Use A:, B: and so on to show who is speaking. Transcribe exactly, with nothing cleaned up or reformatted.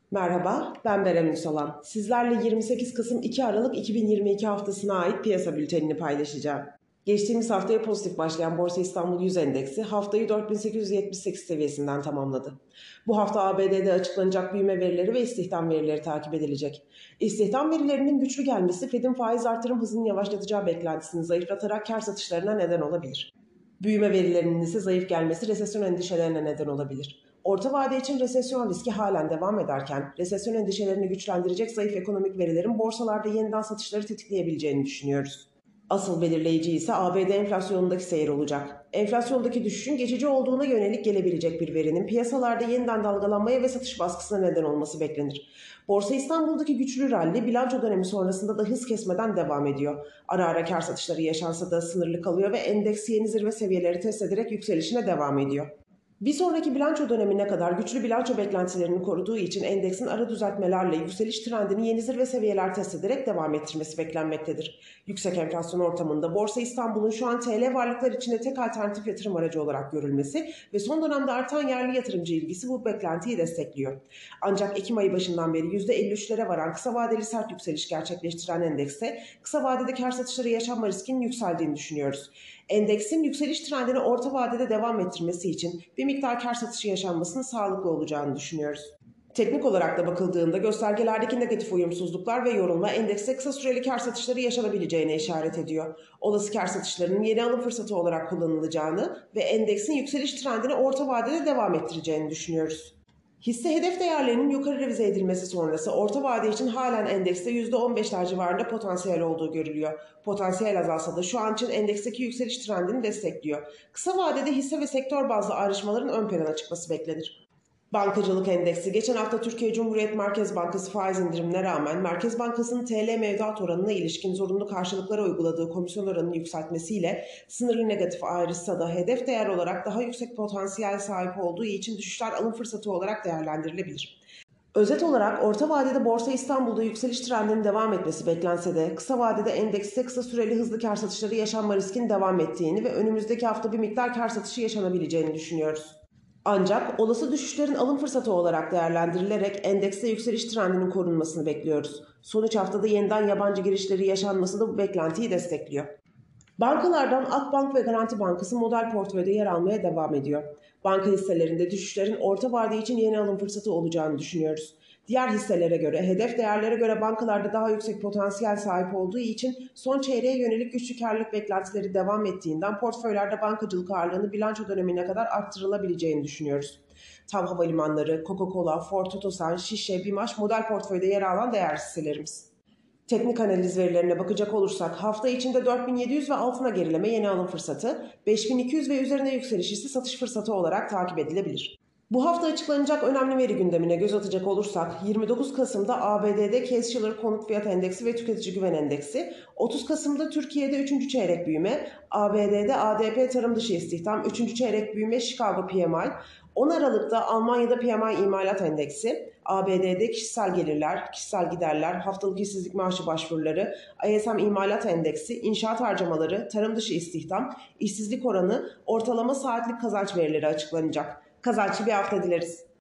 A: Merhaba, ben Berem Ünsalan. Sizlerle yirmi sekiz Kasım iki Aralık iki bin yirmi iki haftasına ait piyasa bültenini paylaşacağım. Geçtiğimiz haftaya pozitif başlayan Borsa İstanbul yüz Endeksi haftayı dört bin sekiz yüz yetmiş sekiz seviyesinden tamamladı. Bu hafta A B D'de açıklanacak büyüme verileri ve istihdam verileri takip edilecek. İstihdam verilerinin güçlü gelmesi Fed'in faiz artırım hızını yavaşlatacağı beklentisini zayıflatarak kar satışlarına neden olabilir. Büyüme verilerinin ise zayıf gelmesi resesyon endişelerine neden olabilir. Orta vade için resesyon riski halen devam ederken, resesyon endişelerini güçlendirecek zayıf ekonomik verilerin borsalarda yeniden satışları tetikleyebileceğini düşünüyoruz. Asıl belirleyici ise A B D enflasyonundaki seyir olacak. Enflasyondaki düşüşün geçici olduğuna yönelik gelebilecek bir verinin piyasalarda yeniden dalgalanmaya ve satış baskısına neden olması beklenir. Borsa İstanbul'daki güçlü ralli bilanço dönemi sonrasında da hız kesmeden devam ediyor. Ara ara kar satışları yaşansa da sınırlı kalıyor ve endeks yeni zirve seviyeleri test ederek yükselişine devam ediyor. Bir sonraki bilanço dönemine kadar güçlü bilanço beklentilerini koruduğu için endeksin ara düzeltmelerle yükseliş trendini yeni zirve seviyeler test ederek devam ettirmesi beklenmektedir. Yüksek enflasyon ortamında Borsa İstanbul'un şu an T L varlıklar içinde tek alternatif yatırım aracı olarak görülmesi ve son dönemde artan yerli yatırımcı ilgisi bu beklentiyi destekliyor. Ancak Ekim ayı başından beri yüzde elli üçlere varan kısa vadeli sert yükseliş gerçekleştiren endekste kısa vadede kar satışları yaşanma riskinin yükseldiğini düşünüyoruz. Endeksin yükseliş trendini orta vadede devam ettirmesi için bir miktar kar satışı yaşanmasının sağlıklı olacağını düşünüyoruz. Teknik olarak da bakıldığında göstergelerdeki negatif uyumsuzluklar ve yorulma endekste kısa süreli kar satışları yaşanabileceğine işaret ediyor. Olası kar satışlarının yeni alım fırsatı olarak kullanılacağını ve endeksin yükseliş trendini orta vadede devam ettireceğini düşünüyoruz. Hisse hedef değerlerinin yukarı revize edilmesi sonrası orta vade için halen endekste yüzde on beşler civarında potansiyel olduğu görülüyor. Potansiyel azalsa da şu an için endeksteki yükseliş trendini destekliyor. Kısa vadede hisse ve sektör bazlı ayrışmaların ön plana çıkması beklenir. Bankacılık endeksi geçen hafta Türkiye Cumhuriyet Merkez Bankası faiz indirimine rağmen Merkez Bankası'nın T L mevduat oranına ilişkin zorunlu karşılıklara uyguladığı komisyon oranını yükseltmesiyle sınırlı negatif ayrışsa da hedef değer olarak daha yüksek potansiyel sahip olduğu için düşüşler alım fırsatı olarak değerlendirilebilir. Özet olarak orta vadede Borsa İstanbul'da yükseliş trendinin devam etmesi beklense de kısa vadede endekste kısa süreli hızlı kar satışları yaşanma riskinin devam ettiğini ve önümüzdeki hafta bir miktar kar satışı yaşanabileceğini düşünüyoruz. Ancak olası düşüşlerin alım fırsatı olarak değerlendirilerek endekste yükseliş trendinin korunmasını bekliyoruz. Sonuç haftada yeniden yabancı girişleri yaşanması da bu beklentiyi destekliyor. Bankalardan Akbank ve Garanti Bankası model portföyde yer almaya devam ediyor. Banka hisselerinde düşüşlerin orta vade için yeni alım fırsatı olacağını düşünüyoruz. Diğer hisselere göre, hedef değerlere göre bankalarda daha yüksek potansiyel sahip olduğu için son çeyreğe yönelik güçlü karlılık beklentileri devam ettiğinden portföylerde bankacılık ağırlığını bilanço dönemine kadar arttırılabileceğini düşünüyoruz. TAV Havalimanları, Coca-Cola, Ford Otosan, Şişe, BİMAŞ model portföyde yer alan değer hisselerimiz. Teknik analiz verilerine bakacak olursak hafta içinde dört bin yedi yüz ve altına gerileme yeni alım fırsatı, beş bin iki yüz ve üzerine yükseliş ise satış fırsatı olarak takip edilebilir. Bu hafta açıklanacak önemli veri gündemine göz atacak olursak yirmi dokuz Kasım'da A B D'de Case-Shiller Konut Fiyat Endeksi ve Tüketici Güven Endeksi, otuz Kasım'da Türkiye'de üçüncü çeyrek büyüme, A B D'de A D P tarım dışı istihdam, üçüncü çeyrek büyüme Chicago P M I, on Aralık'ta Almanya'da P M I imalat endeksi, A B D'de kişisel gelirler, kişisel giderler, haftalık işsizlik maaşı başvuruları, I S M imalat endeksi, inşaat harcamaları, tarım dışı istihdam, işsizlik oranı, ortalama saatlik kazanç verileri açıklanacak. Kazançlı bir hafta dileriz.